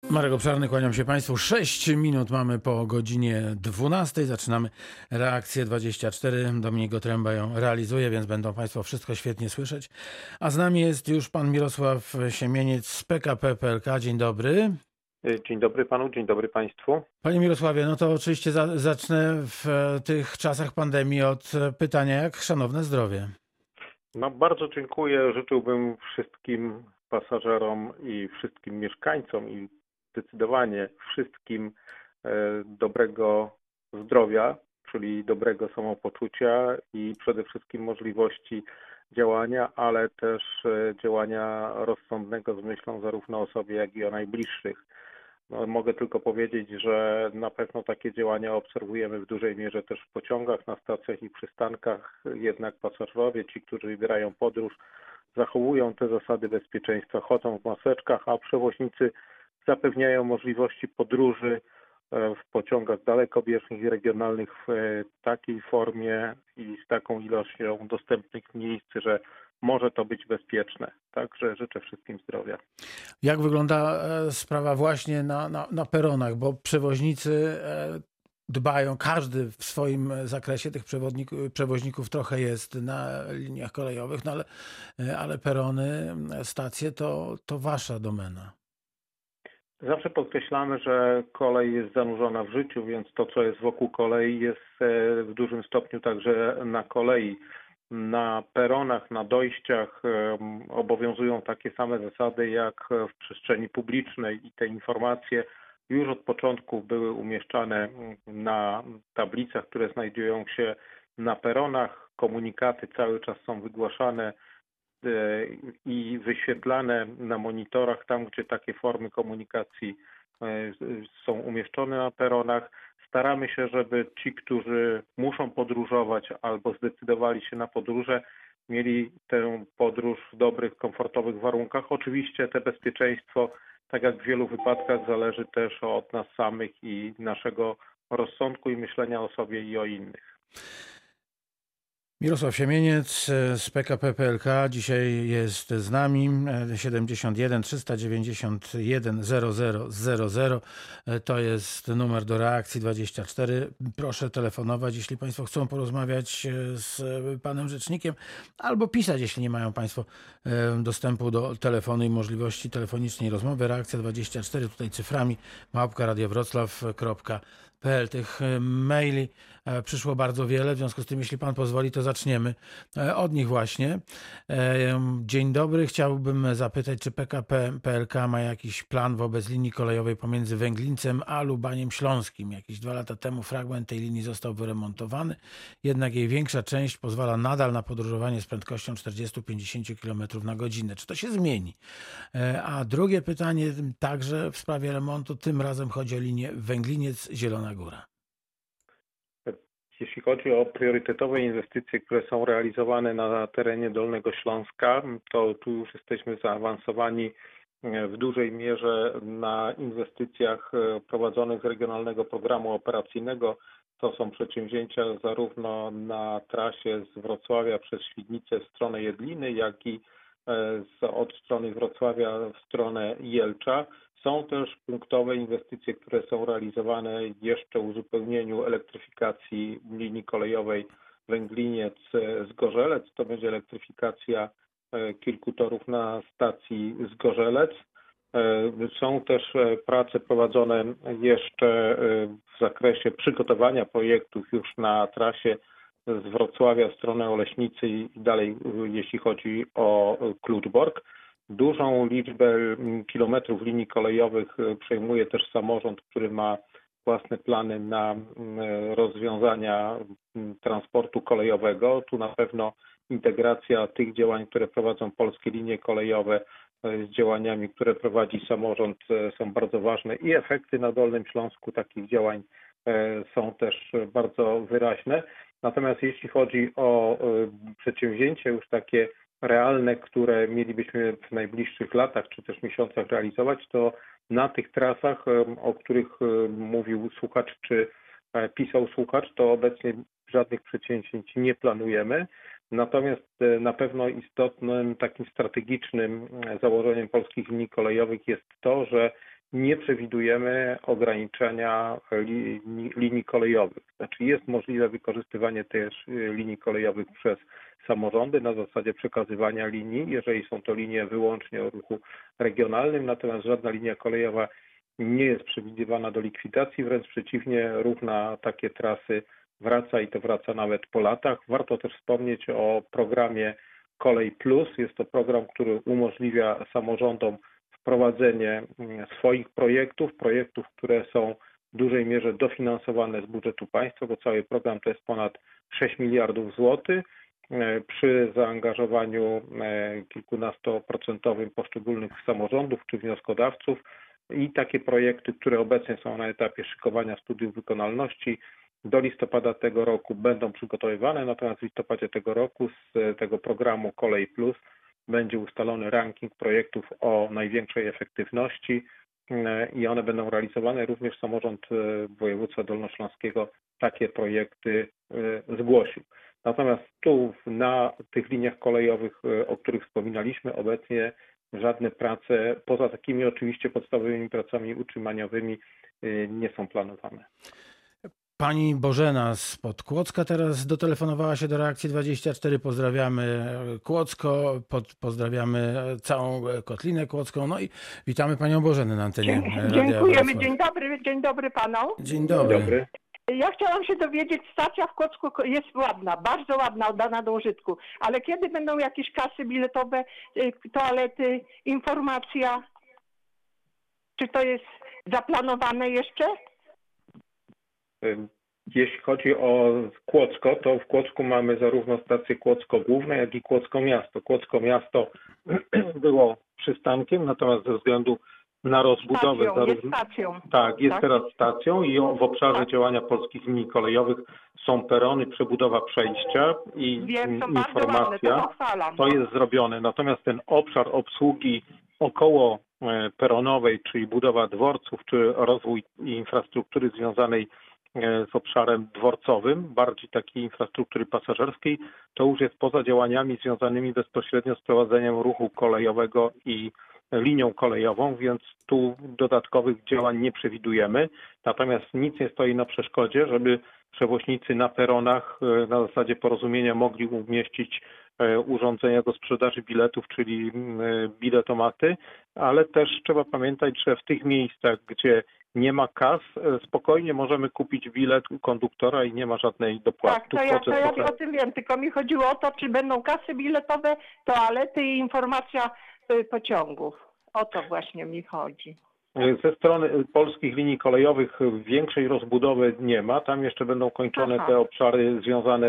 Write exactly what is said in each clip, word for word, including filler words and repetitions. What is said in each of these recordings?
Marek Obszarny, kłaniam się Państwu. sześć minut mamy po godzinie dwunastej. Zaczynamy reakcję dwadzieścia cztery. Dominik Otręba ją realizuje, więc będą Państwo wszystko świetnie słyszeć. A z nami jest już pan Mirosław Siemieniec z P K P kropka P L K. Dzień dobry. Dzień dobry panu, dzień dobry państwu. Panie Mirosławie, no to oczywiście za, zacznę w tych czasach pandemii od pytania, jak szanowne zdrowie. No bardzo dziękuję. Życzyłbym wszystkim pasażerom i wszystkim mieszkańcom i zdecydowanie wszystkim e, dobrego zdrowia, czyli dobrego samopoczucia i przede wszystkim możliwości działania, ale też e, działania rozsądnego z myślą zarówno o sobie, jak i o najbliższych. No, mogę tylko powiedzieć, że na pewno takie działania obserwujemy w dużej mierze też w pociągach, na stacjach i przystankach. Jednak pasażerowie, ci, którzy wybierają podróż, zachowują te zasady bezpieczeństwa, chodzą w maseczkach, a przewoźnicy zapewniają możliwości podróży w pociągach dalekobieżnych i regionalnych w takiej formie i z taką ilością dostępnych miejsc, że może to być bezpieczne. Także życzę wszystkim zdrowia. Jak wygląda sprawa właśnie na, na, na peronach, bo przewoźnicy dbają, każdy w swoim zakresie, tych przewoźników trochę jest na liniach kolejowych, no ale, ale perony, stacje to, to wasza domena. Zawsze podkreślamy, że kolej jest zanurzona w życiu, więc to, co jest wokół kolei, jest w dużym stopniu także na kolei. Na peronach, na dojściach obowiązują takie same zasady jak w przestrzeni publicznej i te informacje już od początku były umieszczane na tablicach, które znajdują się na peronach. Komunikaty cały czas są wygłaszane i wyświetlane na monitorach tam, gdzie takie formy komunikacji są umieszczone na peronach. Staramy się, żeby ci, którzy muszą podróżować albo zdecydowali się na podróże, mieli tę podróż w dobrych, komfortowych warunkach. Oczywiście to bezpieczeństwo, tak jak w wielu wypadkach, zależy też od nas samych i naszego rozsądku i myślenia o sobie i o innych. Mirosław Siemieniec z P K P kropka P L K dzisiaj jest z nami. siedemdziesiąt jeden trzysta dziewięćdziesiąt jeden zero zero zero zero to jest numer do reakcji dwadzieścia cztery. Proszę telefonować, jeśli Państwo chcą porozmawiać z panem rzecznikiem, albo pisać, jeśli nie mają Państwo dostępu do telefonu i możliwości telefonicznej rozmowy. Reakcja dwadzieścia cztery, tutaj cyframi małpka radiowroclaw kropka p l. Tych maili przyszło bardzo wiele, w związku z tym, jeśli pan pozwoli, to zaczniemy od nich właśnie. Dzień dobry, chciałbym zapytać, czy P K P kropka P L K ma jakiś plan wobec linii kolejowej pomiędzy Węglińcem a Lubaniem Śląskim. Jakieś dwa lata temu fragment tej linii został wyremontowany, jednak jej większa część pozwala nadal na podróżowanie z prędkością czterdzieści do pięćdziesięciu kilometrów na godzinę. Czy to się zmieni? A drugie pytanie także w sprawie remontu, tym razem chodzi o linię Węgliniec-Zielona Góra. Jeśli chodzi o priorytetowe inwestycje, które są realizowane na terenie Dolnego Śląska, to tu już jesteśmy zaawansowani w dużej mierze na inwestycjach prowadzonych z Regionalnego Programu Operacyjnego. To są przedsięwzięcia zarówno na trasie z Wrocławia przez Świdnicę w stronę Jedliny, jak i z, od strony Wrocławia w stronę Jelcza. Są też punktowe inwestycje, które są realizowane jeszcze w uzupełnieniu elektryfikacji linii kolejowej Węgliniec-Zgorzelec. To będzie elektryfikacja kilku torów na stacji Zgorzelec. Są też prace prowadzone jeszcze w zakresie przygotowania projektów już na trasie z Wrocławia w stronę Oleśnicy i dalej, jeśli chodzi o Kluczbork. Dużą liczbę kilometrów linii kolejowych przejmuje też samorząd, który ma własne plany na rozwiązania transportu kolejowego. Tu na pewno integracja tych działań, które prowadzą polskie linie kolejowe z działaniami, które prowadzi samorząd, są bardzo ważne i efekty na Dolnym Śląsku takich działań są też bardzo wyraźne. Natomiast jeśli chodzi o przedsięwzięcia już takie realne, które mielibyśmy w najbliższych latach czy też miesiącach realizować, to na tych trasach, o których mówił słuchacz czy pisał słuchacz, to obecnie żadnych przedsięwzięć nie planujemy. Natomiast na pewno istotnym takim strategicznym założeniem polskich linii kolejowych jest to, że nie przewidujemy ograniczenia linii, linii kolejowych. Znaczy jest możliwe wykorzystywanie też linii kolejowych przez samorządy na zasadzie przekazywania linii, jeżeli są to linie wyłącznie o ruchu regionalnym, natomiast żadna linia kolejowa nie jest przewidywana do likwidacji, wręcz przeciwnie, ruch na takie trasy wraca i to wraca nawet po latach. Warto też wspomnieć o programie Kolej Plus. Jest to program, który umożliwia samorządom wprowadzenie swoich projektów, projektów, które są w dużej mierze dofinansowane z budżetu państwa, bo cały program to jest ponad sześć miliardów złotych przy zaangażowaniu kilkunastoprocentowym poszczególnych samorządów czy wnioskodawców i takie projekty, które obecnie są na etapie szykowania studiów wykonalności, do listopada tego roku będą przygotowywane, natomiast w listopadzie tego roku z tego programu Kolej Plus będzie ustalony ranking projektów o największej efektywności i one będą realizowane. Również samorząd województwa dolnośląskiego takie projekty zgłosił. Natomiast tu na tych liniach kolejowych, o których wspominaliśmy, obecnie żadne prace, poza takimi oczywiście podstawowymi pracami utrzymaniowymi, nie są planowane. Pani Bożena spod Kłodzka teraz dotelefonowała się do Reakcji dwadzieścia cztery. Pozdrawiamy Kłodzko, pod, pozdrawiamy całą Kotlinę Kłodzką. No i witamy Panią Bożenę na antenie Radia Dziękujemy. Wrocław. Dzień dobry, dzień dobry Panom. Dzień dobry. Dzień dobry. Ja chciałam się dowiedzieć, stacja w Kłodzku jest ładna, bardzo ładna, oddana do użytku, ale kiedy będą jakieś kasy biletowe, toalety, informacja? Czy to jest zaplanowane jeszcze? Jeśli chodzi o Kłodzko, to w Kłodzku mamy zarówno stację Kłodzko Główne, jak i Kłodzko Miasto. Kłodzko Miasto było przystankiem, natomiast ze względu na rozbudowę Stacją, zarówno... jest stacją. Tak, jest Tak. teraz stacją i w obszarze Tak. działania polskich linii kolejowych są perony, przebudowa przejścia i Wiem, są bardzo ładne, to informacja. pochwalam. To jest zrobione, natomiast ten obszar obsługi około peronowej, czyli budowa dworców, czy rozwój infrastruktury związanej z obszarem dworcowym, bardziej takiej infrastruktury pasażerskiej, to już jest poza działaniami związanymi bezpośrednio z prowadzeniem ruchu kolejowego i linią kolejową, więc tu dodatkowych działań nie przewidujemy. Natomiast nic nie stoi na przeszkodzie, żeby przewoźnicy na peronach na zasadzie porozumienia mogli umieścić urządzenia do sprzedaży biletów, czyli biletomaty, ale też trzeba pamiętać, że w tych miejscach, gdzie nie ma kas, spokojnie możemy kupić bilet u konduktora i nie ma żadnej dopłaty. Tak, to ja, to ja o tym wiem, tylko mi chodziło o to, czy będą kasy biletowe, toalety i informacja pociągów. O to właśnie mi chodzi. Ze strony polskich linii kolejowych większej rozbudowy nie ma. Tam jeszcze będą kończone Aha. te obszary związane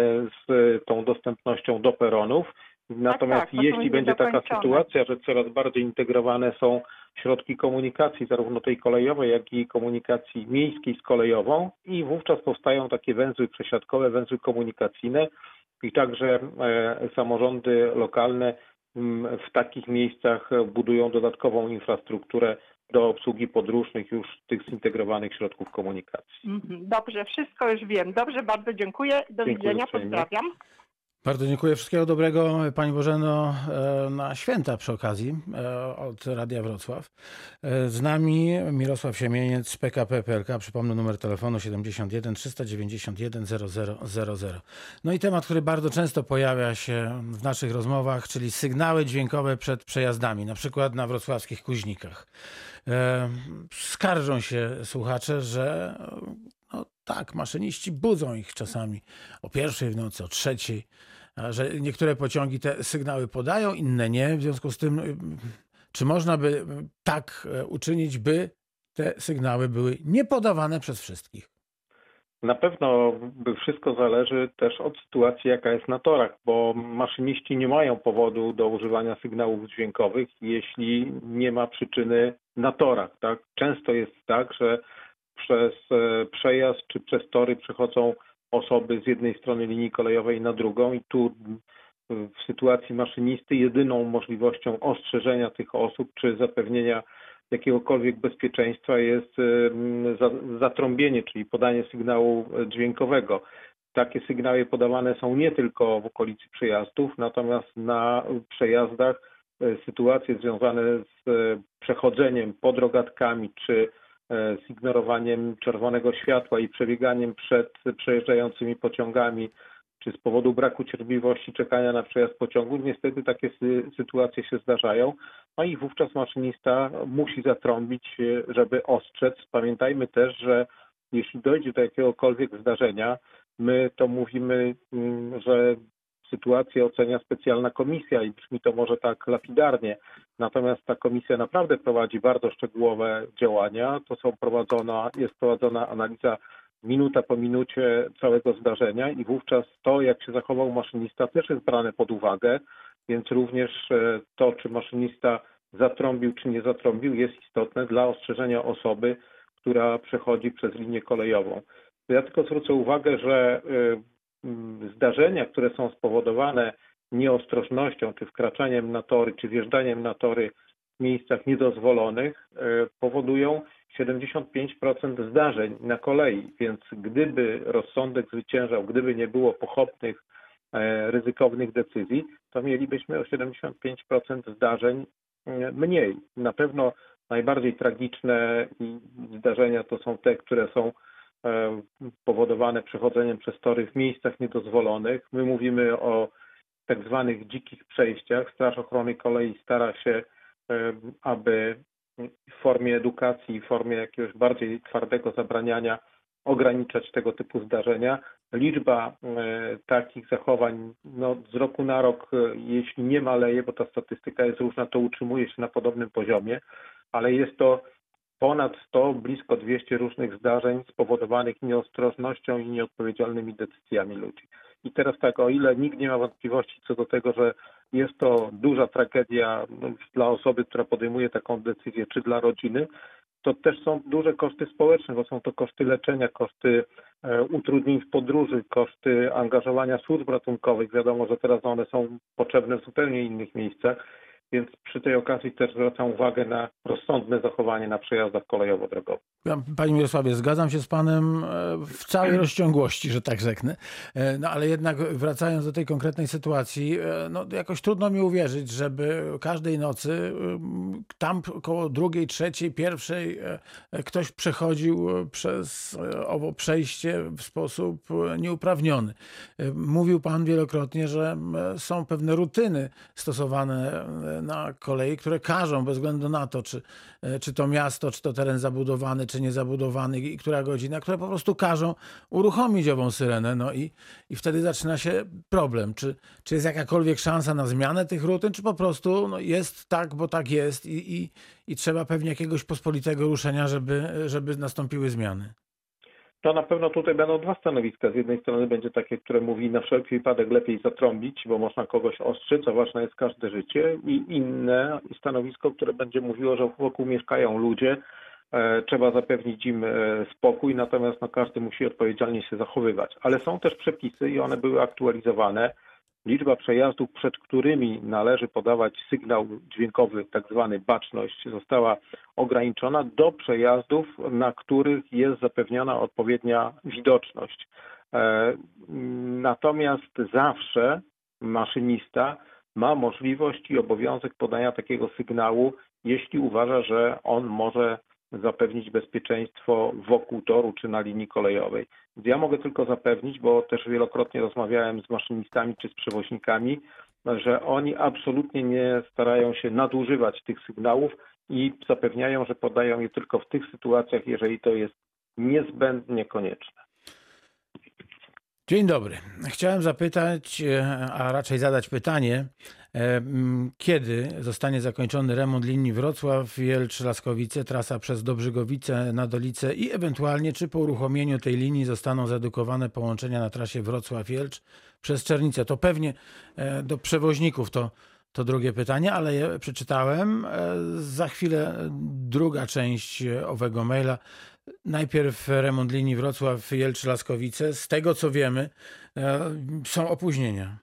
z tą dostępnością do peronów. Natomiast tak, to jeśli będzie taka dokończone. sytuacja, że coraz bardziej integrowane są środki komunikacji, zarówno tej kolejowej, jak i komunikacji miejskiej z kolejową, i wówczas powstają takie węzły przesiadkowe, węzły komunikacyjne i także e, samorządy lokalne m, w takich miejscach budują dodatkową infrastrukturę do obsługi podróżnych już tych zintegrowanych środków komunikacji. Mhm, dobrze, wszystko już wiem. Dobrze, bardzo dziękuję. Do Dziękuję widzenia, uprzejmie. pozdrawiam. Bardzo dziękuję. Wszystkiego dobrego Pani Bożeno na święta przy okazji od Radia Wrocław. Z nami Mirosław Siemieniec z P K P P L K. Przypomnę numer telefonu siedemdziesiąt jeden trzysta dziewięćdziesiąt jeden zero zero zero zero. No i temat, który bardzo często pojawia się w naszych rozmowach, czyli sygnały dźwiękowe przed przejazdami, na przykład na wrocławskich Kuźnikach. Skarżą się słuchacze, że no tak, maszyniści budzą ich czasami o pierwszej w nocy, o trzeciej, że niektóre pociągi te sygnały podają, inne nie. W związku z tym, czy można by tak uczynić, by te sygnały były niepodawane przez wszystkich? Na pewno wszystko zależy też od sytuacji, jaka jest na torach, bo maszyniści nie mają powodu do używania sygnałów dźwiękowych, jeśli nie ma przyczyny na torach. Tak? Często jest tak, że przez przejazd czy przez tory przechodzą osoby z jednej strony linii kolejowej na drugą i tu w sytuacji maszynisty jedyną możliwością ostrzeżenia tych osób czy zapewnienia jakiegokolwiek bezpieczeństwa jest zatrąbienie, czyli podanie sygnału dźwiękowego. Takie sygnały podawane są nie tylko w okolicy przejazdów, natomiast na przejazdach sytuacje związane z przechodzeniem pod rogatkami czy z ignorowaniem czerwonego światła i przebieganiem przed przejeżdżającymi pociągami, czy z powodu braku cierpliwości czekania na przejazd pociągu, niestety takie sy sytuacje się zdarzają, no i wówczas maszynista musi zatrąbić, żeby ostrzec. Pamiętajmy też, że jeśli dojdzie do jakiegokolwiek zdarzenia, my to mówimy, że sytuację ocenia specjalna komisja i brzmi to może tak lapidarnie, natomiast ta komisja naprawdę prowadzi bardzo szczegółowe działania. To są prowadzona, jest prowadzona analiza minuta po minucie całego zdarzenia i wówczas to, jak się zachował maszynista, też jest brane pod uwagę, więc również to, czy maszynista zatrąbił, czy nie zatrąbił, jest istotne dla ostrzeżenia osoby, która przechodzi przez linię kolejową. Ja tylko zwrócę uwagę, że zdarzenia, które są spowodowane nieostrożnością, czy wkraczaniem na tory, czy wjeżdżaniem na tory w miejscach niedozwolonych, powodują siedemdziesiąt pięć procent zdarzeń na kolei, więc gdyby rozsądek zwyciężał, gdyby nie było pochopnych, ryzykownych decyzji, to mielibyśmy o siedemdziesiąt pięć procent zdarzeń mniej. Na pewno najbardziej tragiczne zdarzenia to są te, które są powodowane przechodzeniem przez tory w miejscach niedozwolonych. My mówimy o tak zwanych dzikich przejściach. Straż Ochrony Kolei stara się, aby w formie edukacji, w formie jakiegoś bardziej twardego zabraniania ograniczać tego typu zdarzenia. Liczba takich zachowań no, z roku na rok, jeśli nie maleje, bo ta statystyka jest różna, to utrzymuje się na podobnym poziomie, ale jest to ponad sto, blisko dwieście różnych zdarzeń spowodowanych nieostrożnością i nieodpowiedzialnymi decyzjami ludzi. I teraz tak, o ile nikt nie ma wątpliwości co do tego, że jest to duża tragedia dla osoby, która podejmuje taką decyzję, czy dla rodziny, to też są duże koszty społeczne, bo są to koszty leczenia, koszty utrudnień w podróży, koszty angażowania służb ratunkowych. Wiadomo, że teraz one są potrzebne w zupełnie innych miejscach, więc przy tej okazji też zwracam uwagę na rozsądne zachowanie na przejazdach kolejowo-drogowych. Panie Mirosławie, zgadzam się z panem w całej rozciągłości, że tak rzeknę. No ale jednak wracając do tej konkretnej sytuacji, no jakoś trudno mi uwierzyć, żeby każdej nocy tam koło drugiej, trzeciej, pierwszej ktoś przechodził przez owo przejście w sposób nieuprawniony. Mówił pan wielokrotnie, że są pewne rutyny stosowane na kolei, które każą bez względu na to, czy, czy to miasto, czy to teren zabudowany, czy niezabudowany i która godzina, które po prostu każą uruchomić ową syrenę. No i, i wtedy zaczyna się problem. Czy, czy jest jakakolwiek szansa na zmianę tych rutyn, czy po prostu no, jest tak, bo tak jest i, i, i trzeba pewnie jakiegoś pospolitego ruszenia, żeby, żeby nastąpiły zmiany? To na pewno tutaj będą dwa stanowiska. Z jednej strony będzie takie, które mówi na wszelki wypadek lepiej zatrąbić, bo można kogoś ostrzec, a ważne jest każde życie. I inne stanowisko, które będzie mówiło, że wokół mieszkają ludzie, e, trzeba zapewnić im e, spokój, natomiast no, każdy musi odpowiedzialnie się zachowywać. Ale są też przepisy i one były aktualizowane. Liczba przejazdów, przed którymi należy podawać sygnał dźwiękowy, tak zwany baczność, została ograniczona do przejazdów, na których jest zapewniona odpowiednia widoczność. Natomiast zawsze maszynista ma możliwość i obowiązek podania takiego sygnału, jeśli uważa, że on może zapewnić bezpieczeństwo wokół toru czy na linii kolejowej. Więc ja mogę tylko zapewnić, bo też wielokrotnie rozmawiałem z maszynistami czy z przewoźnikami, że oni absolutnie nie starają się nadużywać tych sygnałów i zapewniają, że podają je tylko w tych sytuacjach, jeżeli to jest niezbędnie konieczne. Dzień dobry. Chciałem zapytać, a raczej zadać pytanie, kiedy zostanie zakończony remont linii Wrocław-Jelcz-Laskowice, trasa przez Dobrzygowice, Nadolice i ewentualnie czy po uruchomieniu tej linii zostaną zredukowane połączenia na trasie Wrocław-Jelcz przez Czernicę. To pewnie do przewoźników to, to drugie pytanie, ale je przeczytałem. Za chwilę druga część owego maila. Najpierw remont linii Wrocław-Jelcz-Laskowice. Z tego co wiemy, są opóźnienia.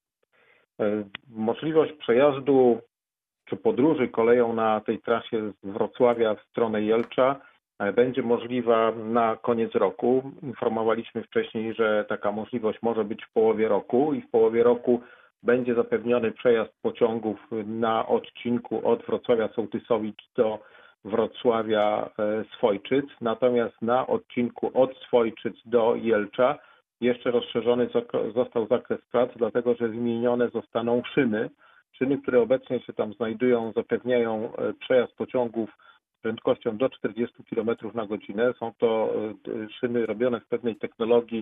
Możliwość przejazdu czy podróży koleją na tej trasie z Wrocławia w stronę Jelcza będzie możliwa na koniec roku. Informowaliśmy wcześniej, że taka możliwość może być w połowie roku i w połowie roku będzie zapewniony przejazd pociągów na odcinku od Wrocławia Sołtysowic do Wrocławia Swojczyc, natomiast na odcinku od Swojczyc do Jelcza jeszcze rozszerzony został zakres prac, dlatego że wymienione zostaną szyny. Szyny, które obecnie się tam znajdują, zapewniają przejazd pociągów z prędkością do czterdziestu kilometrów na godzinę. Są to szyny robione w pewnej technologii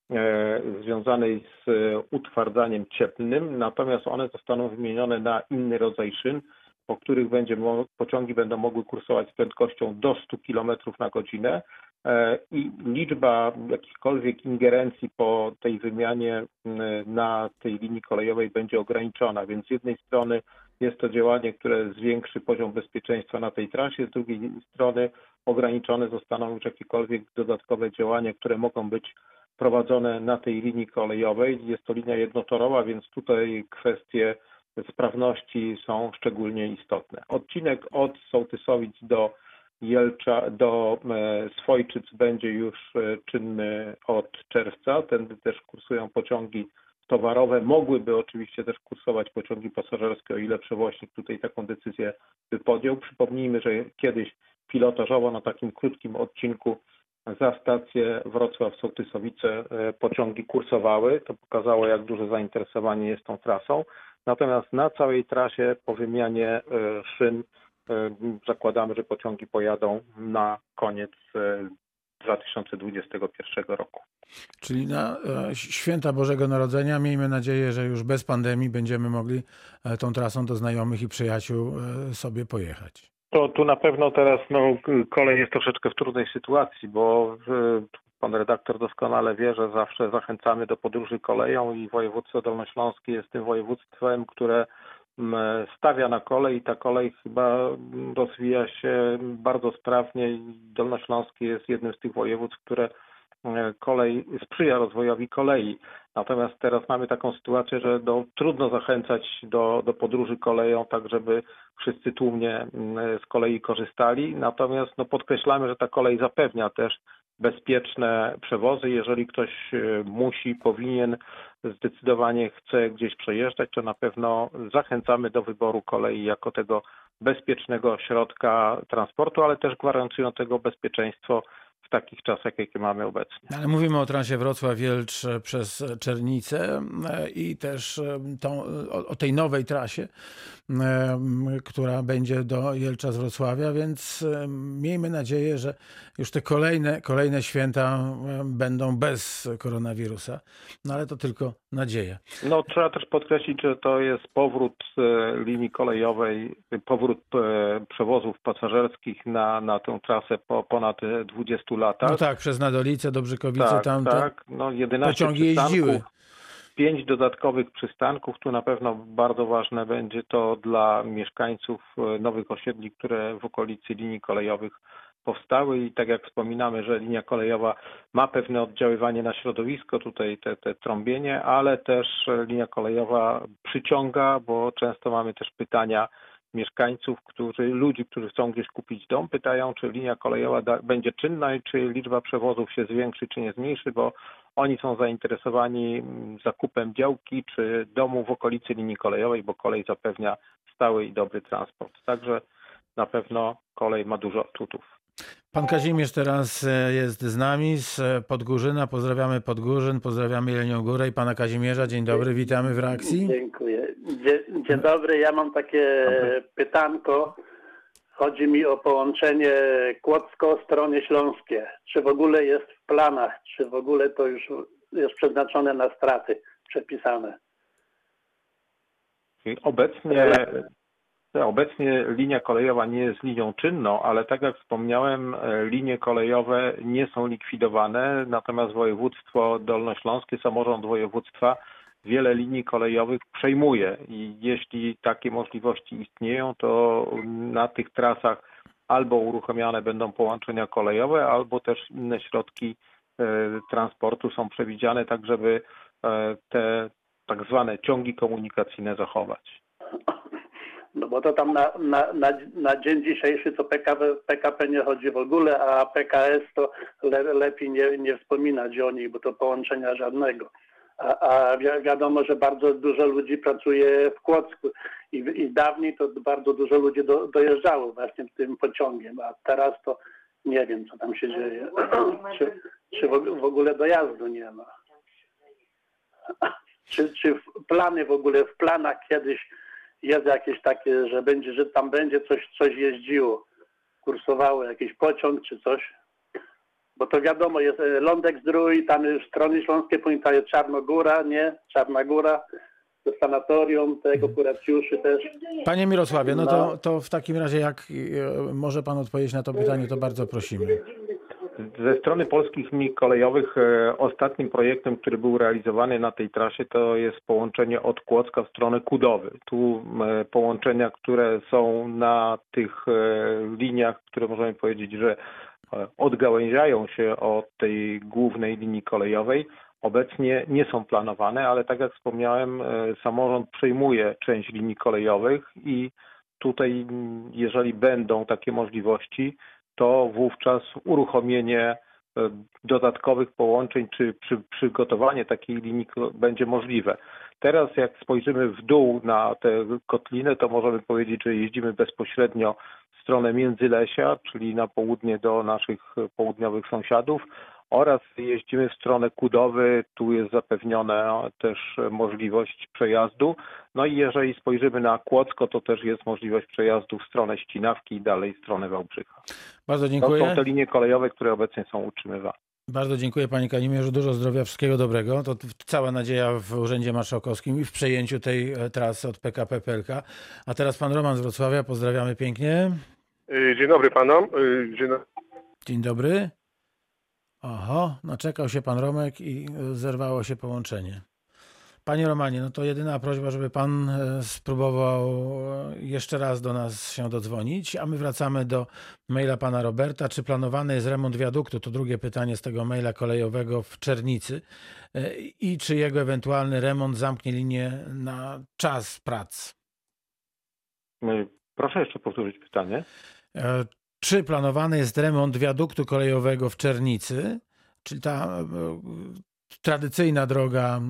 związanej z utwardzaniem cieplnym, natomiast one zostaną wymienione na inny rodzaj szyn, po których będzie, pociągi będą mogły kursować z prędkością do stu kilometrów na godzinę i liczba jakichkolwiek ingerencji po tej wymianie na tej linii kolejowej będzie ograniczona, więc z jednej strony jest to działanie, które zwiększy poziom bezpieczeństwa na tej trasie, z drugiej strony ograniczone zostaną już jakiekolwiek dodatkowe działania, które mogą być prowadzone na tej linii kolejowej. Jest to linia jednotorowa, więc tutaj kwestie sprawności są szczególnie istotne. Odcinek od Sołtysowic do Jelcza, do Swojczyc będzie już czynny od czerwca. Tędy też kursują pociągi towarowe. Mogłyby oczywiście też kursować pociągi pasażerskie, o ile przewoźnik tutaj taką decyzję by podjął. Przypomnijmy, że kiedyś pilotażowo na takim krótkim odcinku za stację Wrocław-Sołtysowice pociągi kursowały. To pokazało, jak duże zainteresowanie jest tą trasą. Natomiast na całej trasie po wymianie szyn zakładamy, że pociągi pojadą na koniec dwa tysiące dwudziestego pierwszego roku. Czyli na święta Bożego Narodzenia miejmy nadzieję, że już bez pandemii będziemy mogli tą trasą do znajomych i przyjaciół sobie pojechać. To tu na pewno teraz no, kolej jest troszeczkę w trudnej sytuacji, bo pan redaktor doskonale wie, że zawsze zachęcamy do podróży koleją i województwo dolnośląskie jest tym województwem, które stawia na kolej i ta kolej chyba rozwija się bardzo sprawnie i Dolnośląskie jest jednym z tych województw, które kolej sprzyja rozwojowi kolei. Natomiast teraz mamy taką sytuację, że do, trudno zachęcać do, do podróży koleją, tak żeby wszyscy tłumnie z kolei korzystali. Natomiast no, podkreślamy, że ta kolej zapewnia też bezpieczne przewozy. Jeżeli ktoś musi, powinien, zdecydowanie chce gdzieś przejeżdżać, to na pewno zachęcamy do wyboru kolei jako tego bezpiecznego środka transportu, ale też gwarantującego bezpieczeństwo w takich czasach, jakie mamy obecnie. Ale mówimy o trasie Wrocław-Wielcz przez Czernicę i też tą, o, o tej nowej trasie, która będzie do Jelcza z Wrocławia, więc miejmy nadzieję, że już te kolejne, kolejne święta będą bez koronawirusa, no ale to tylko nadzieja. No trzeba też podkreślić, że to jest powrót linii kolejowej, powrót przewozów pasażerskich na, na tę trasę po ponad dwudziestu latach. No tak, przez Nadolice do Brzykowicy tak, tam tak. No, jedenaście pociągi jeździły. Pięć dodatkowych przystanków. Tu na pewno bardzo ważne będzie to dla mieszkańców nowych osiedli, które w okolicy linii kolejowych powstały i tak jak wspominamy, że linia kolejowa ma pewne oddziaływanie na środowisko, tutaj te, te trąbienie, ale też linia kolejowa przyciąga, bo często mamy też pytania mieszkańców, którzy, ludzi, którzy chcą gdzieś kupić dom, pytają, czy linia kolejowa da, będzie czynna i czy liczba przewozów się zwiększy, czy nie zmniejszy, bo oni są zainteresowani zakupem działki czy domu w okolicy linii kolejowej, bo kolej zapewnia stały i dobry transport. Także na pewno kolej ma dużo atutów. Pan Kazimierz teraz jest z nami z Podgórzyna. Pozdrawiamy Podgórzyn, pozdrawiamy Jelenią Górę i pana Kazimierza. Dzień dobry, witamy w reakcji. Dziękuję. Dzień, dzień dobry, ja mam takie dobry. pytanko. Chodzi mi o połączenie Kłodzko-Stronie Śląskie. Czy w ogóle jest w planach, czy w ogóle to już jest przeznaczone na straty przepisane? Obecnie... Obecnie linia kolejowa nie jest linią czynną, ale tak jak wspomniałem, linie kolejowe nie są likwidowane, natomiast województwo dolnośląskie, samorząd województwa wiele linii kolejowych przejmuje i jeśli takie możliwości istnieją, to na tych trasach albo uruchamiane będą połączenia kolejowe, albo też inne środki transportu są przewidziane tak, żeby te tak zwane ciągi komunikacyjne zachować. No bo to tam na, na, na, na dzień dzisiejszy to P K P, P K P nie chodzi w ogóle, a P K S to le, lepiej nie, nie wspominać o nich, bo to połączenia żadnego. A, a wi- wiadomo, że bardzo dużo ludzi pracuje w Kłodzku i, i dawniej to bardzo dużo ludzi do, dojeżdżało właśnie tym pociągiem, a teraz to nie wiem, co tam się dzieje. czy czy w, w ogóle dojazdu nie ma. Czy, czy w plany w ogóle, w planach kiedyś jest jakieś takie, że będzie, że tam będzie coś, coś jeździło, kursowało, jakiś pociąg czy coś? Bo to wiadomo, jest e, Lądek-Zdrój, tam już strony śląskie, pamiętam, jest Czarnogóra, nie? Czarna Góra, to sanatorium, tego kuracjuszy też. Panie Mirosławie, no to, No. to w takim razie jak e, może pan odpowiedzieć na to pytanie, to bardzo prosimy. Ze strony polskich linii kolejowych e, ostatnim projektem, który był realizowany na tej trasie, to jest połączenie od Kłodzka w stronę Kudowy. Tu e, połączenia, które są na tych e, liniach, które możemy powiedzieć, że e, odgałęziają się od tej głównej linii kolejowej, obecnie nie są planowane, ale tak jak wspomniałem, e, samorząd przejmuje część linii kolejowych i tutaj, m, jeżeli będą takie możliwości, to wówczas uruchomienie e, dodatkowych połączeń czy przy, przygotowanie takiej linii ko- będzie możliwe. Teraz jak spojrzymy w dół na tę kotlinę, to możemy powiedzieć, że jeździmy bezpośrednio w stronę Międzylesia, czyli na południe do naszych południowych sąsiadów, oraz jeździmy w stronę Kudowy. Tu jest zapewniona też możliwość przejazdu. No i jeżeli spojrzymy na Kłodzko, to też jest możliwość przejazdu w stronę Ścinawki i dalej w stronę Wałbrzycha. Bardzo To dziękuję. są te linie kolejowe, które obecnie są utrzymywane. Bardzo dziękuję panie Kazimierzu, dużo zdrowia, wszystkiego dobrego. To t- cała nadzieja w Urzędzie Marszałkowskim i w przejęciu tej e, trasy od P K P P L K. A teraz pan Roman z Wrocławia, pozdrawiamy pięknie. Y, Dzień dobry panom. Y, Dzień dobry. Dzień dobry. Oho, no czekał się pan Romek i e, zerwało się połączenie. Panie Romanie, no to jedyna prośba, żeby pan e, spróbował e, jeszcze raz do nas się dodzwonić, a my wracamy do maila pana Roberta. Czy planowany jest remont wiaduktu? To drugie pytanie z tego maila kolejowego w Czernicy. E, I czy jego ewentualny remont zamknie linię na czas prac? Y, Proszę jeszcze powtórzyć pytanie. E, Czy planowany jest remont wiaduktu kolejowego w Czernicy, czyli ta e, tradycyjna droga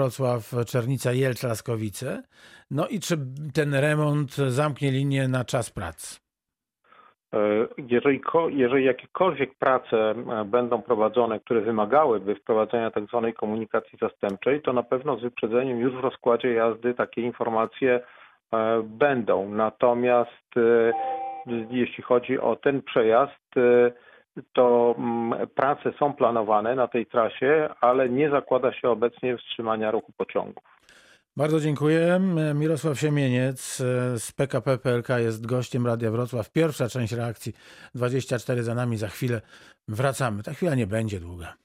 Wrocław-Czernica-Jelcz-Laskowice? No i czy ten remont zamknie linię na czas prac? E, Jeżeli, ko- jeżeli jakiekolwiek prace e, będą prowadzone, które wymagałyby wprowadzenia tak zwanej komunikacji zastępczej, to na pewno z wyprzedzeniem już w rozkładzie jazdy takie informacje e, będą. Natomiast e, jeśli chodzi o ten przejazd, e, to mm, prace są planowane na tej trasie, ale nie zakłada się obecnie wstrzymania ruchu pociągów. Bardzo dziękuję. Mirosław Siemieniec z P K P P L K jest gościem Radia Wrocław. Pierwsza część reakcji dwadzieścia cztery za nami. Za chwilę wracamy. Ta chwila nie będzie długa.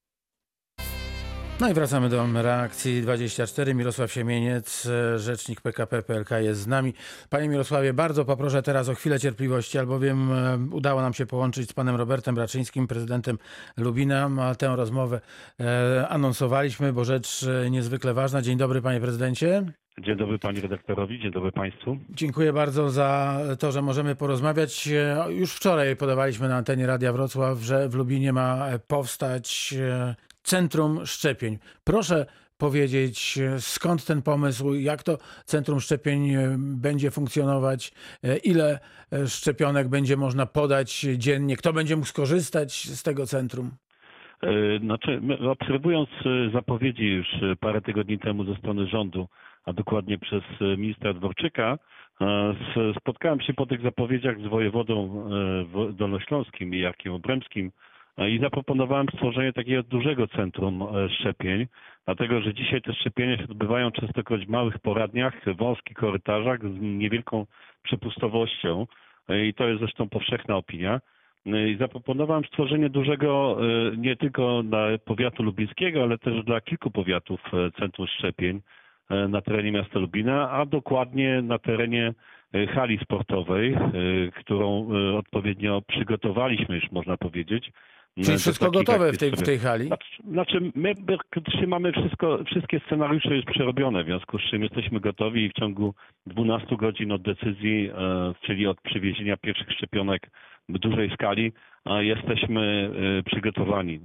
No i wracamy do reakcji dwadzieścia cztery. Mirosław Siemieniec, rzecznik P K P P L K jest z nami. Panie Mirosławie, bardzo poproszę teraz o chwilę cierpliwości, albowiem e, udało nam się połączyć z panem Robertem Raczyńskim, prezydentem Lubina. A tę rozmowę e, anonsowaliśmy, bo rzecz e, niezwykle ważna. Dzień dobry, panie prezydencie. Dzień dobry panie redaktorowi, dzień dobry państwu. Dziękuję bardzo za to, że możemy porozmawiać. E, Już wczoraj podawaliśmy na antenie Radia Wrocław, że w Lubinie ma powstać e, Centrum Szczepień. Proszę powiedzieć, e, skąd ten pomysł, jak to Centrum Szczepień e, będzie funkcjonować, e, ile e, szczepionek będzie można podać dziennie, kto będzie mógł skorzystać z tego centrum? E, Znaczy, my, obserwując e, zapowiedzi już e, parę tygodni temu ze strony rządu, a dokładnie przez e, ministra Dworczyka, e, s- spotkałem się po tych zapowiedziach z wojewodą e, wo- dolnośląskim i Jarkiem Obremskim e, i zaproponowałem stworzenie takiego dużego centrum e, szczepień, dlatego że dzisiaj te szczepienia się odbywają częstokroć w małych poradniach, wąskich korytarzach z niewielką przepustowością e, i to jest zresztą powszechna opinia. I zaproponowałem stworzenie dużego e, nie tylko dla powiatu lubińskiego, ale też dla kilku powiatów e, centrum szczepień e, na terenie miasta Lubina, a dokładnie na terenie e, hali sportowej, e, którą e, odpowiednio przygotowaliśmy, już można powiedzieć. Czyli do wszystko takich gotowe akcji w tej, w sobie- tej hali? Znaczy- Znaczy, my praktycznie mamy wszystko, wszystkie scenariusze już przerobione, w związku z czym jesteśmy gotowi i w ciągu dwunastu godzin od decyzji, e, czyli od przywiezienia pierwszych szczepionek w dużej skali, a jesteśmy e, przygotowani.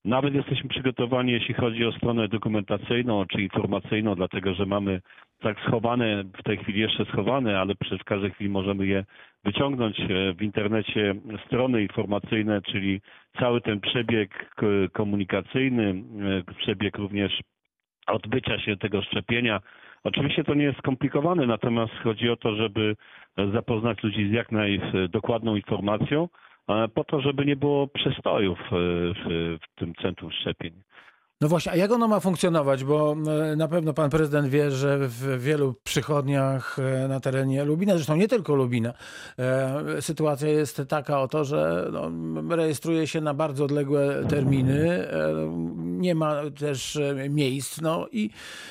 Nawet jesteśmy przygotowani, jeśli chodzi o stronę dokumentacyjną czy informacyjną, dlatego że mamy tak schowane, w tej chwili jeszcze schowane, ale w każdej chwili możemy je wyciągnąć w internecie, strony informacyjne, czyli cały ten przebieg komunikacyjny, przebieg również odbycia się tego szczepienia. Oczywiście to nie jest skomplikowane, natomiast chodzi o to, żeby zapoznać ludzi z jak najdokładną informacją, po to, żeby nie było przestojów w, w tym centrum szczepień. No właśnie, a jak ono ma funkcjonować? Bo na pewno pan prezydent wie, że w wielu przychodniach na terenie Lubina, zresztą nie tylko Lubina, sytuacja jest taka oto, że no, rejestruje się na bardzo odległe terminy, nie ma też miejsc, no i,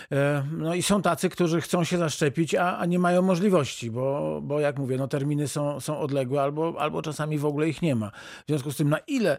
no i są tacy, którzy chcą się zaszczepić, a, a nie mają możliwości, bo, bo jak mówię, no terminy są, są odległe albo, albo czasami w ogóle ich nie ma. W związku z tym, na ile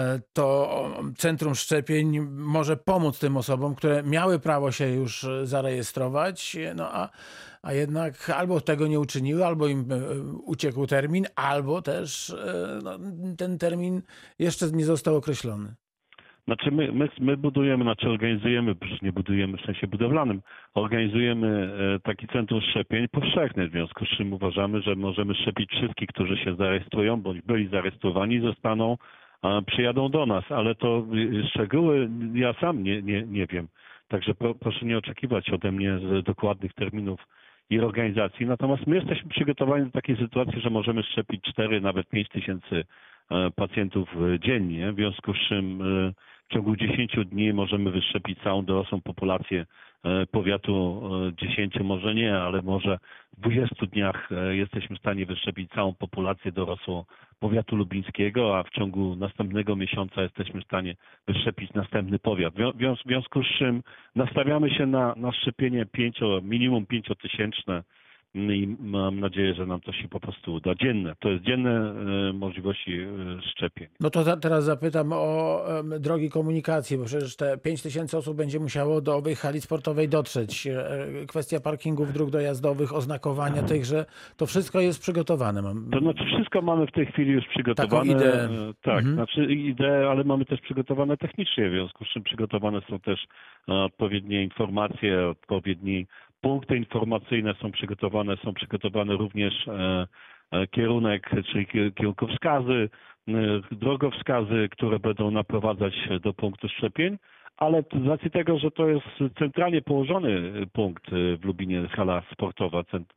to centrum szczepień może pomóc tym osobom, które miały prawo się już zarejestrować, no a, a jednak albo tego nie uczyniły, albo im uciekł termin, albo też no, ten termin jeszcze nie został określony. Znaczy my, my, my budujemy, znaczy organizujemy, przecież nie budujemy w sensie budowlanym, organizujemy taki centrum szczepień powszechny, w związku z czym uważamy, że możemy szczepić wszystkich, którzy się zarejestrują, bądź byli zarejestrowani, zostaną przyjadą do nas, ale to szczegóły ja sam nie, nie, nie wiem. Także pro, proszę nie oczekiwać ode mnie z dokładnych terminów i organizacji. Natomiast my jesteśmy przygotowani do takiej sytuacji, że możemy szczepić cztery, nawet pięć tysięcy pacjentów dziennie, w związku z czym w ciągu dziesięciu dni możemy wyszczepić całą dorosłą populację powiatu, dziesięciu może nie, ale może w dwudziestu dniach jesteśmy w stanie wyszczepić całą populację dorosłą powiatu lubińskiego, a w ciągu następnego miesiąca jesteśmy w stanie wyszczepić następny powiat. W związku z czym nastawiamy się na, na szczepienie pięcio, minimum pięciotysięczne i mam nadzieję, że nam to się po prostu uda. Dzienne. To jest dzienne e, możliwości e, szczepień. No to za, teraz zapytam o e, drogi komunikacji, bo przecież te pięć tysięcy osób będzie musiało do owej hali sportowej dotrzeć. E, kwestia parkingów, dróg dojazdowych, oznakowania tychże, to wszystko jest przygotowane. Mam... To znaczy wszystko mamy w tej chwili już przygotowane. Taką ideę. E, tak, mhm. znaczy ideę, ale mamy też przygotowane technicznie, w związku z czym przygotowane są też e, odpowiednie informacje, odpowiedni punkty informacyjne są przygotowane, są przygotowane również e, e, kierunek, czyli kierunkowskazy, e, drogowskazy, które będą naprowadzać do punktu szczepień, ale z racji tego, że to jest centralnie położony punkt w Lubinie, hala sportowa, cent,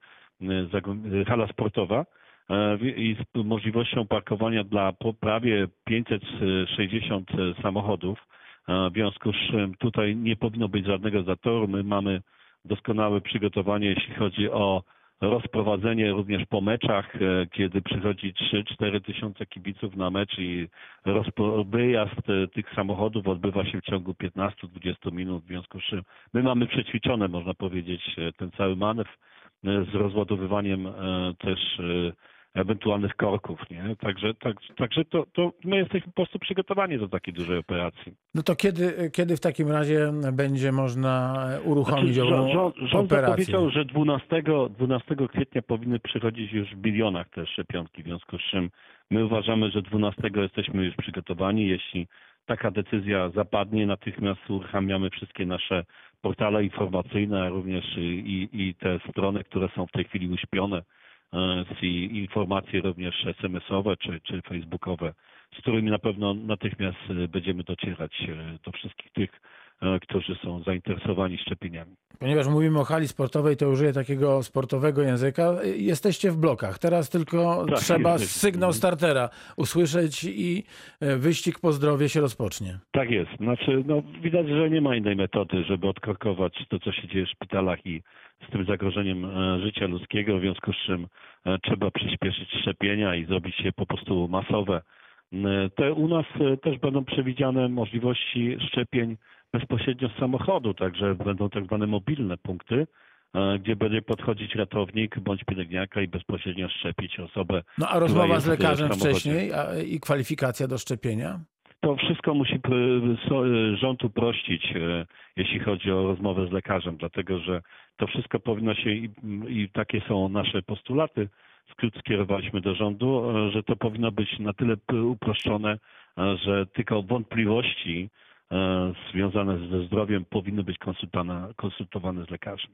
e, hala sportowa e, i z możliwością parkowania dla prawie pięćset sześćdziesiąt samochodów, e, w związku z czym tutaj nie powinno być żadnego zatoru. My mamy doskonałe przygotowanie, jeśli chodzi o rozprowadzenie również po meczach, kiedy przychodzi trzy cztery tysiące kibiców na mecz i wyjazd tych samochodów odbywa się w ciągu piętnastu do dwudziestu minut, w związku z czym my mamy przećwiczone, można powiedzieć, ten cały manewr z rozładowywaniem też ewentualnych korków, nie? Także, tak, także to, to my jesteśmy po prostu przygotowani do takiej dużej operacji. No to kiedy, kiedy w takim razie będzie można uruchomić znaczy, ową rząd, rząd operację? powiedział, że dwunastego kwietnia powinny przychodzić już w milionach te szczepionki, w związku z czym my uważamy, że dwunastego jesteśmy już przygotowani. Jeśli taka decyzja zapadnie, natychmiast uruchamiamy wszystkie nasze portale informacyjne, również i, i te strony, które są w tej chwili uśpione, i informacje również es em esowe czy, czy facebookowe, z którymi na pewno natychmiast będziemy docierać do wszystkich tych, którzy są zainteresowani szczepieniami. Ponieważ mówimy o hali sportowej, to użyję takiego sportowego języka. Jesteście w blokach. Teraz tylko tak, trzeba jest. sygnał startera usłyszeć i wyścig po zdrowie się rozpocznie. Tak jest. Znaczy, no, widać, że nie ma innej metody, żeby odkrokować to, co się dzieje w szpitalach i z tym zagrożeniem życia ludzkiego, w związku z czym trzeba przyspieszyć szczepienia i zrobić je po prostu masowe. Te u nas też będą przewidziane możliwości szczepień bezpośrednio z samochodu, także będą tak zwane mobilne punkty, gdzie będzie podchodzić ratownik bądź pielęgniarka i bezpośrednio szczepić osobę. No a rozmowa z lekarzem wcześniej a, i kwalifikacja do szczepienia? to wszystko musi pr- so- rząd uprościć, e, jeśli chodzi o rozmowę z lekarzem, dlatego że to wszystko powinno się i, i takie są nasze postulaty, skrót skierowaliśmy do rządu, e, że to powinno być na tyle p- uproszczone, e, że tylko wątpliwości e, związane ze zdrowiem powinny być konsultowane, konsultowane z lekarzem.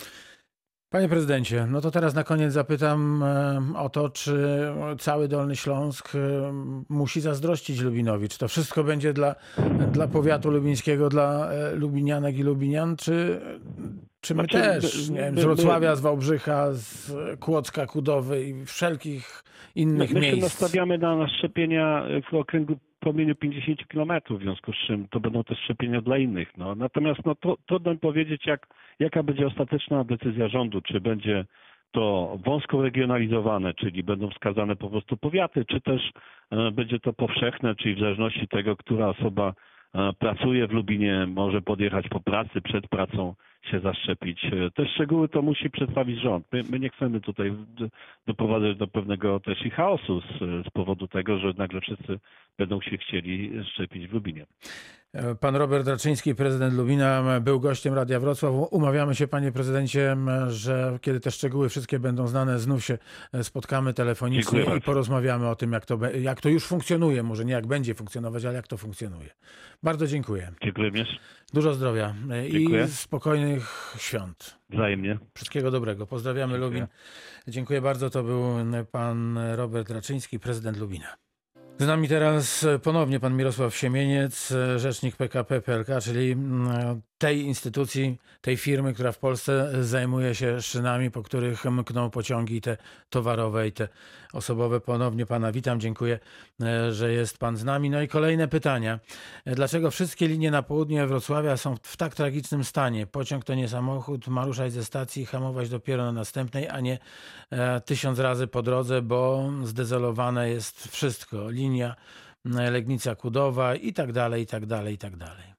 Panie prezydencie, no to teraz na koniec zapytam e, o to, czy cały Dolny Śląsk e, musi zazdrościć Lubinowi. Czy to wszystko będzie dla, dla powiatu lubińskiego, dla e, lubinianek i lubinian, czy, czy my Znaczy, też, my- nie wiem, my- z my- Wrocławia, z Wałbrzycha, z Kłodzka, Kudowy i wszelkich innych My się miejsc? nastawiamy na, na szczepienia w okręgu promieniu pięćdziesiąt kilometrów, w związku z czym to będą też szczepienia dla innych. No. Natomiast no, to, trudno mi powiedzieć, jak, jaka będzie ostateczna decyzja rządu, czy będzie to wąsko regionalizowane, czyli będą wskazane po prostu powiaty, czy też e, będzie to powszechne, czyli w zależności tego, która osoba e, pracuje w Lubinie, może podjechać po pracy, przed pracą się zaszczepić. E, Te szczegóły to musi przedstawić rząd. My, my nie chcemy tutaj d- doprowadzać do pewnego też i chaosu z, z powodu tego, że nagle wszyscy będą się chcieli szczepić w Lubinie. Pan Robert Raczyński, prezydent Lubina, był gościem Radia Wrocław. Umawiamy się, panie prezydencie, że kiedy te szczegóły wszystkie będą znane, znów się spotkamy telefonicznie Dziękuję i bardzo. porozmawiamy o tym, jak to, be- jak to już funkcjonuje. Może nie jak będzie funkcjonować, ale jak to funkcjonuje. Bardzo dziękuję. Dziękuję również. Dużo zdrowia i Dziękuję. spokojnych świąt. Wzajemnie. Wszystkiego dobrego. Pozdrawiamy Dziękuję. Lubin. Dziękuję bardzo. To był pan Robert Raczyński, prezydent Lubina. Z nami teraz ponownie pan Mirosław Siemieniec, rzecznik P K P P L K, czyli mm, tej instytucji, tej firmy, która w Polsce zajmuje się szynami, po których mkną pociągi te towarowe i te osobowe. Ponownie pana witam, dziękuję, e, że jest pan z nami. No i kolejne pytania. E, Dlaczego wszystkie linie na południe Wrocławia są w tak tragicznym stanie? Pociąg to nie samochód, ma ruszać ze stacji i hamować dopiero na następnej, a nie e, tysiąc razy po drodze, bo zdezolowane jest wszystko. Linia e, Legnica-Kudowa i tak dalej, i tak dalej, i tak dalej.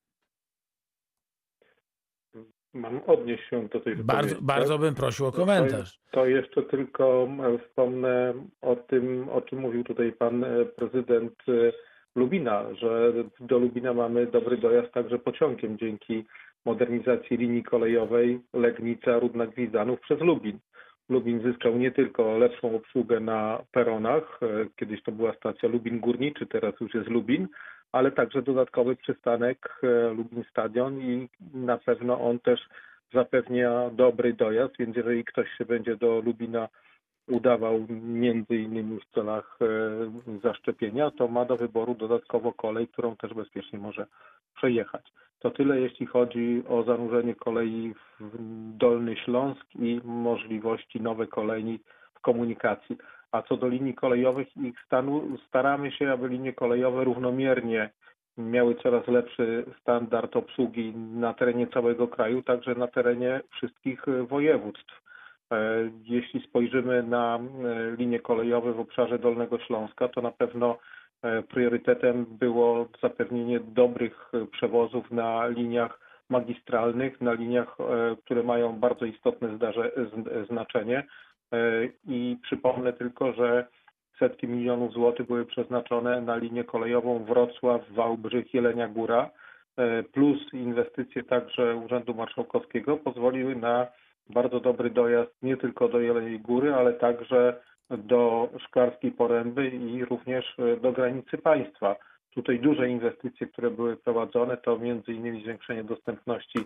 Mam odnieść się do tej Bardzo, wypowiedzi, bardzo tak? bym prosił o komentarz. To jeszcze tylko e, wspomnę o tym, o czym mówił tutaj pan e, prezydent e, Lubina, że do Lubina mamy dobry dojazd także pociągiem dzięki modernizacji linii kolejowej Legnica, Rudna, Gwizdανów przez Lubin. Lubin zyskał nie tylko lepszą obsługę na peronach, e, kiedyś to była stacja Lubin Górniczy, teraz już jest Lubin, ale także dodatkowy przystanek e, Lubin Stadion i na pewno on też zapewnia dobry dojazd, więc jeżeli ktoś się będzie do Lubina udawał między innymi w celach e, zaszczepienia, to ma do wyboru dodatkowo kolej, którą też bezpiecznie może przejechać. To tyle, jeśli chodzi o zanurzenie kolei w Dolny Śląsk i możliwości nowej kolei w komunikacji. A co do linii kolejowych i ich stanu, staramy się, aby linie kolejowe równomiernie miały coraz lepszy standard obsługi na terenie całego kraju, także na terenie wszystkich województw. E, Jeśli spojrzymy na e, linie kolejowe w obszarze Dolnego Śląska, to na pewno e, priorytetem było zapewnienie dobrych e, przewozów na liniach magistralnych, na liniach, e, które mają bardzo istotne zdarze, z, znaczenie. E, I przypomnę tylko, że setki milionów złotych były przeznaczone na linię kolejową Wrocław, Wałbrzych, Jelenia Góra, e, plus inwestycje także Urzędu Marszałkowskiego pozwoliły na bardzo dobry dojazd nie tylko do Jeleniej Góry, ale także do Szklarskiej Poręby i również do granicy państwa. Tutaj duże inwestycje, które były prowadzone, to między innymi zwiększenie dostępności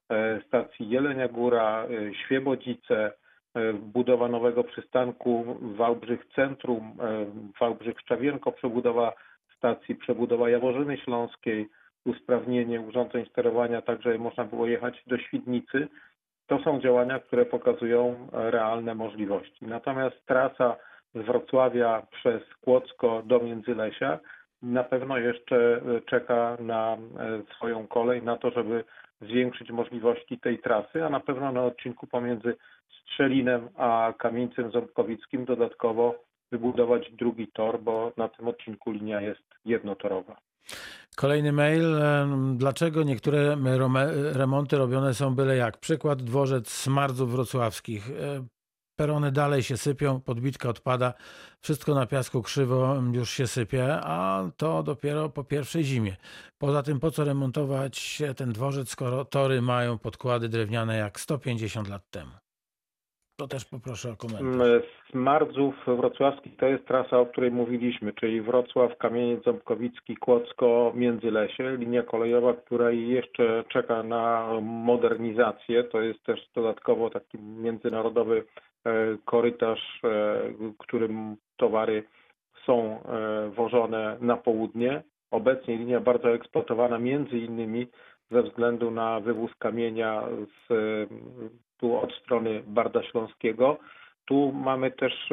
stacji Jelenia Góra, Świebodzice, budowa nowego przystanku Wałbrzych Centrum, Wałbrzych Szczawienko, przebudowa stacji, przebudowa Jaworzyny Śląskiej, usprawnienie urządzeń sterowania, tak żeby można było jechać do Świdnicy. To są działania, które pokazują realne możliwości. Natomiast trasa z Wrocławia przez Kłodzko do Międzylesia na pewno jeszcze czeka na swoją kolej, na to, żeby zwiększyć możliwości tej trasy, a na pewno na odcinku pomiędzy Strzelinem a Kamieńcem Ząbkowickim dodatkowo wybudować drugi tor, bo na tym odcinku linia jest jednotorowa. Kolejny mail. Dlaczego niektóre remonty robione są byle jak? Przykład dworzec Smardzów Wrocławskich. perony dalej się sypią, podbitka odpada, wszystko na piasku krzywo już się sypie, a to dopiero po pierwszej zimie. Poza tym po co remontować ten dworzec, skoro tory mają podkłady drewniane jak sto pięćdziesiąt lat temu? To też poproszę o komentarz. Z Mardzów wrocławski to jest trasa, o której mówiliśmy, czyli Wrocław, Kamieniec Ząbkowicki, Kłodzko, Międzylesie. Linia kolejowa, która jeszcze czeka na modernizację. To jest też dodatkowo taki międzynarodowy korytarz, którym towary są wożone na południe. Obecnie linia bardzo eksploatowana między innymi ze względu na wywóz kamienia z, tu od strony Barda Śląskiego. Tu mamy też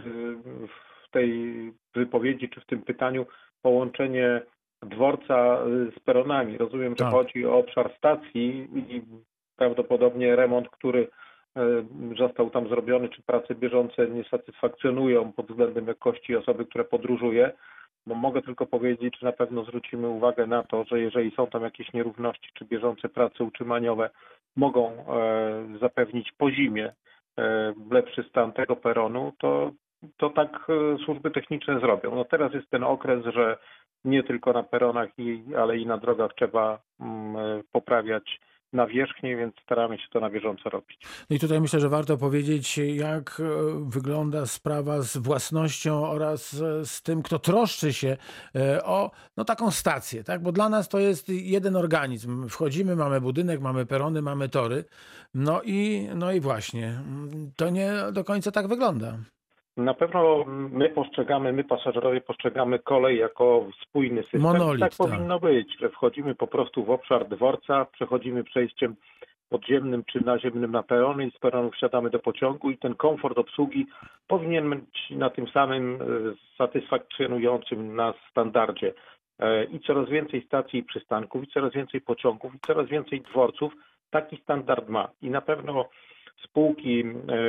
w tej wypowiedzi czy w tym pytaniu połączenie dworca z peronami. Rozumiem, że tak. chodzi o obszar stacji i prawdopodobnie remont, który został tam zrobiony, czy prace bieżące nie satysfakcjonują pod względem jakości osoby, która podróżuje. Bo mogę tylko powiedzieć, że na pewno zwrócimy uwagę na to, że jeżeli są tam jakieś nierówności czy bieżące prace utrzymaniowe, mogą e, zapewnić po zimie e, lepszy stan tego peronu, to, to tak e, służby techniczne zrobią. No teraz jest ten okres, że nie tylko na peronach, i, ale i na drogach trzeba mm, poprawiać nawierzchnię, więc staramy się to na bieżąco robić. No i tutaj myślę, że warto powiedzieć, jak wygląda sprawa z własnością oraz z tym, kto troszczy się o no, taką stację, tak? Bo dla nas to jest jeden organizm. Wchodzimy, mamy budynek, mamy perony, mamy tory. No i, no i właśnie, to nie do końca tak wygląda. Na pewno my postrzegamy, my pasażerowie postrzegamy kolej jako spójny system. Monolit, tak, tak powinno być, że wchodzimy po prostu w obszar dworca, przechodzimy przejściem podziemnym czy naziemnym na perony i z peronu wsiadamy do pociągu i ten komfort obsługi powinien być na tym samym satysfakcjonującym nas standardzie. I coraz więcej stacji i przystanków, i coraz więcej pociągów, i coraz więcej dworców taki standard ma. I na pewno spółki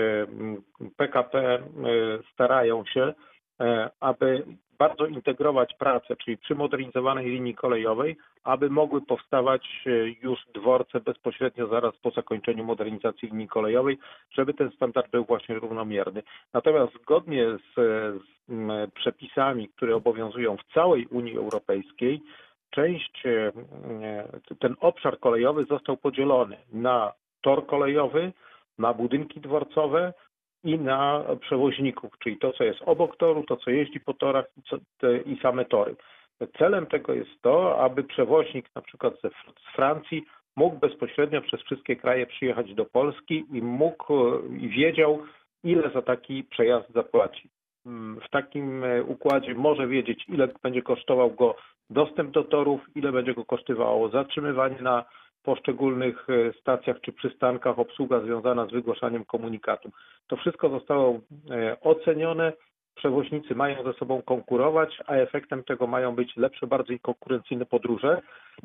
P K P starają się, aby bardzo integrować pracę, czyli przy modernizowanej linii kolejowej, aby mogły powstawać już dworce bezpośrednio zaraz po zakończeniu modernizacji linii kolejowej, żeby ten standard był właśnie równomierny. Natomiast zgodnie z, z przepisami, które obowiązują w całej Unii Europejskiej, część, ten obszar kolejowy został podzielony na tor kolejowy, na budynki dworcowe i na przewoźników, czyli to, co jest obok toru, to, co jeździ po torach i, co, te, i same tory. Celem tego jest to, aby przewoźnik na przykład ze, z Francji mógł bezpośrednio przez wszystkie kraje przyjechać do Polski i mógł i wiedział, ile za taki przejazd zapłaci. W takim układzie może wiedzieć, ile będzie kosztował go dostęp do torów, ile będzie go kosztowało zatrzymywanie na poszczególnych stacjach czy przystankach, obsługa związana z wygłaszaniem komunikatu. To wszystko zostało ocenione. Przewoźnicy mają ze sobą konkurować, a efektem tego mają być lepsze, bardziej konkurencyjne podróże.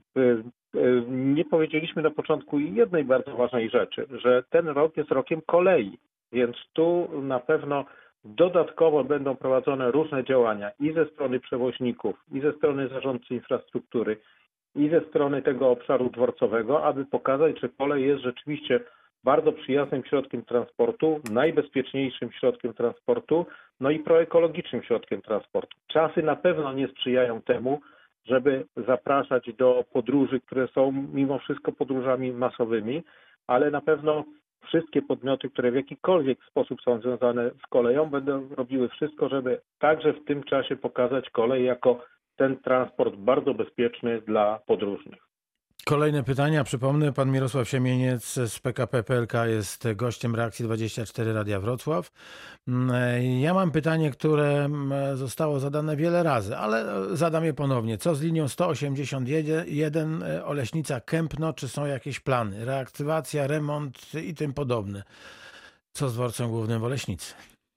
Nie powiedzieliśmy na początku jednej bardzo ważnej rzeczy, że ten rok jest rokiem kolei, więc tu na pewno dodatkowo będą prowadzone różne działania i ze strony przewoźników, i ze strony zarządcy infrastruktury, i ze strony tego obszaru dworcowego, aby pokazać, że kolej jest rzeczywiście bardzo przyjaznym środkiem transportu, najbezpieczniejszym środkiem transportu, no i proekologicznym środkiem transportu. Czasy na pewno nie sprzyjają temu, żeby zapraszać do podróży, które są mimo wszystko podróżami masowymi, ale na pewno wszystkie podmioty, które w jakikolwiek sposób są związane z koleją, będą robiły wszystko, żeby także w tym czasie pokazać kolej jako ten transport bardzo bezpieczny dla podróżnych. Kolejne pytania. Przypomnę, pan Mirosław Siemieniec z P K P P L K jest gościem Reakcji dwadzieścia cztery Radia Wrocław. Ja mam pytanie, które zostało zadane wiele razy, ale zadam je ponownie. Co z linią sto osiemdziesiąt jeden Oleśnica Kępno? Czy są jakieś plany? Reaktywacja, remont i tym podobne. Co z dworcem głównym w Oleśnicy?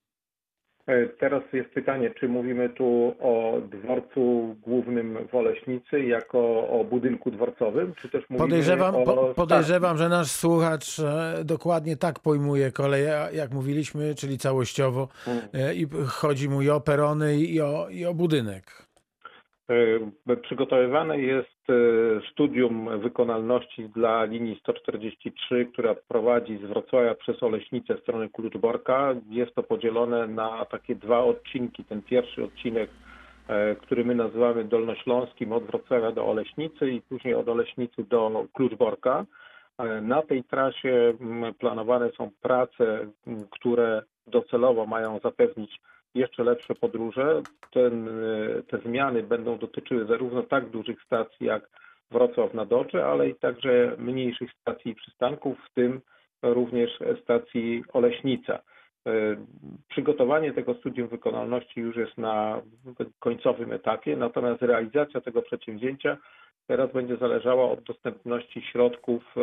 Teraz jest pytanie, czy mówimy tu o dworcu głównym w Oleśnicy jako o budynku dworcowym, czy też mówimy podejrzewam, o... po, podejrzewam, że nasz słuchacz dokładnie tak pojmuje kolej, jak mówiliśmy, czyli całościowo hmm. i chodzi mu i o perony, i o, i o budynek. Przygotowywane jest studium wykonalności dla linii sto czterdzieści trzy, która prowadzi z Wrocławia przez Oleśnicę w stronę Kluczborka. Jest to podzielone na takie dwa odcinki. Ten pierwszy odcinek, który my nazywamy dolnośląskim, od Wrocławia do Oleśnicy i później od Oleśnicy do Kluczborka. Na tej trasie planowane są prace, które docelowo mają zapewnić jeszcze lepsze podróże. Ten, te zmiany będą dotyczyły zarówno tak dużych stacji jak Wrocław na Dodrze, ale i także mniejszych stacji i przystanków, w tym również stacji Oleśnica. Przygotowanie tego studium wykonalności już jest na końcowym etapie, natomiast realizacja tego przedsięwzięcia teraz będzie zależała od dostępności środków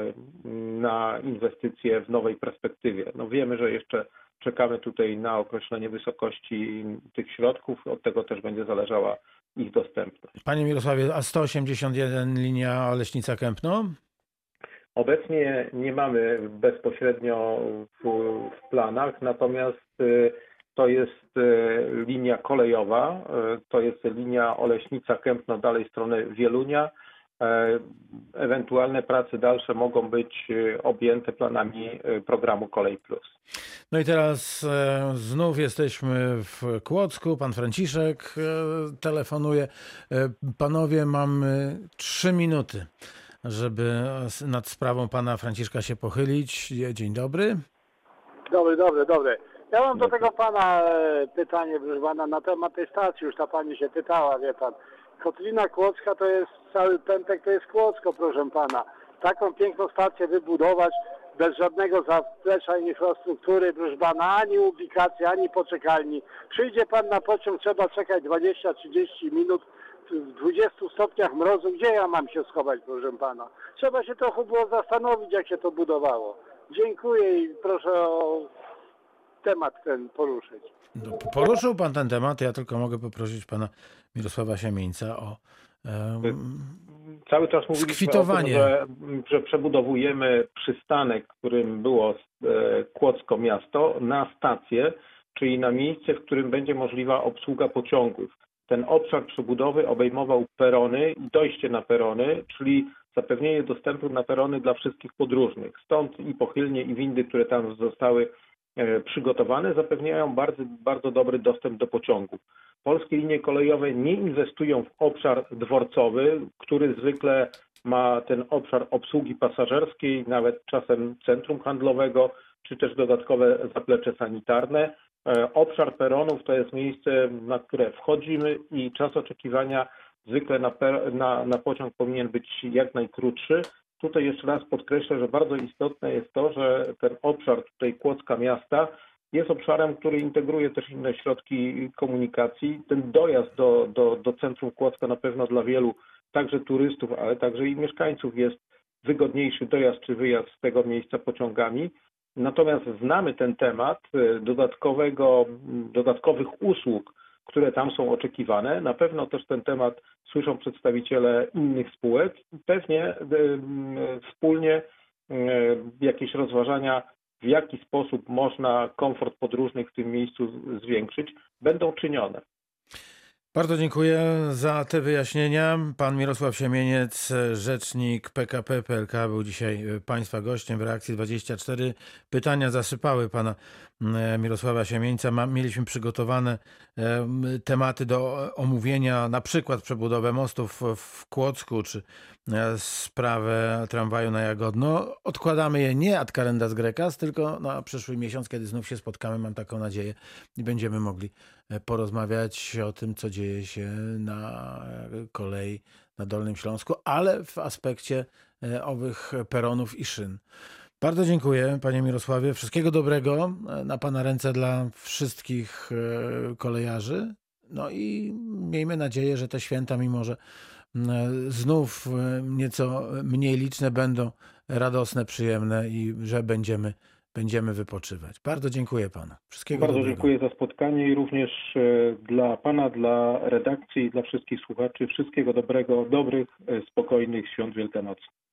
na inwestycje w nowej perspektywie. No wiemy, że jeszcze czekamy tutaj na określenie wysokości tych środków, od tego też będzie zależała ich dostępność. Panie Mirosławie, a sto osiemdziesiąt jeden linia Oleśnica-Kępno? Obecnie nie mamy bezpośrednio w, w planach, natomiast to jest linia kolejowa, to jest linia Oleśnica-Kępno, dalej stronę Wielunia. Ewentualne prace dalsze mogą być objęte planami programu Kolej Plus. No i teraz znów jesteśmy w Kłodzku. Pan Franciszek telefonuje. Panowie, mamy trzy minuty, żeby nad sprawą pana Franciszka się pochylić. Dzień dobry. Dobry, dobry, dobry. Ja mam do tego pana pytanie, proszę pana, na temat tej stacji. Już ta pani się pytała, wie pan. Kotlina Kłodzka to jest, cały pętek to jest Kłodzko, proszę pana. Taką piękną stację wybudować bez żadnego zaplecza infrastruktury, proszę pana, ani ubikacji, ani poczekalni. Przyjdzie pan na pociąg, trzeba czekać dwadzieścia trzydzieści minut w dwudziestu stopniach mrozu. Gdzie ja mam się schować, proszę pana? Trzeba się trochę było zastanowić, jak się to budowało. Dziękuję i proszę o temat ten poruszyć. No, poruszył pan ten temat, ja tylko mogę poprosić pana Mirosława Siemieńca o um, Cały czas mówiliśmy skwitowanie. o tym, że, że przebudowujemy przystanek, którym było Kłodzko miasto, na stację, czyli na miejsce, w którym będzie możliwa obsługa pociągów. Ten obszar przebudowy obejmował perony i dojście na perony, czyli zapewnienie dostępu na perony dla wszystkich podróżnych. Stąd i pochylnie, i windy, które tam zostały przygotowane, zapewniają bardzo, bardzo dobry dostęp do pociągów. Polskie linie kolejowe nie inwestują w obszar dworcowy, który zwykle ma ten obszar obsługi pasażerskiej, nawet czasem centrum handlowego, czy też dodatkowe zaplecze sanitarne. Obszar peronów to jest miejsce, na które wchodzimy i czas oczekiwania zwykle na, per, na, na pociąg powinien być jak najkrótszy. Tutaj jeszcze raz podkreślę, że bardzo istotne jest to, że ten obszar tutaj Kłodzka miasta jest obszarem, który integruje też inne środki komunikacji. Ten dojazd do, do, do centrum Kłodzka na pewno dla wielu, także turystów, ale także i mieszkańców jest wygodniejszy dojazd czy wyjazd z tego miejsca pociągami. Natomiast znamy ten temat dodatkowego, dodatkowych usług, które tam są oczekiwane. Na pewno też ten temat słyszą przedstawiciele innych spółek i pewnie wspólnie jakieś rozważania, w jaki sposób można komfort podróżnych w tym miejscu zwiększyć, będą czynione. Bardzo dziękuję za te wyjaśnienia. Pan Mirosław Siemieniec, rzecznik P K P P L K, był dzisiaj państwa gościem w Reakcji dwadzieścia cztery. Pytania zasypały pana Mirosława Siemieńca. Mieliśmy przygotowane tematy do omówienia, na przykład przebudowę mostów w Kłodzku, czy sprawę tramwaju na Jagodno. Odkładamy je nie ad calendas grecas, tylko na przyszły miesiąc, kiedy znów się spotkamy, mam taką nadzieję, i będziemy mogli porozmawiać o tym, co dzieje się na kolei na Dolnym Śląsku, ale w aspekcie owych peronów i szyn. Bardzo dziękuję, panie Mirosławie. Wszystkiego dobrego na pana ręce dla wszystkich kolejarzy. No i miejmy nadzieję, że te święta, mimo że znów nieco mniej liczne, będą radosne, przyjemne i że będziemy, będziemy wypoczywać. Bardzo dziękuję panu. Wszystkiego Bardzo dobrego. dziękuję za spotkanie i również dla pana, dla redakcji i dla wszystkich słuchaczy wszystkiego dobrego, dobrych, spokojnych świąt Wielkanocy.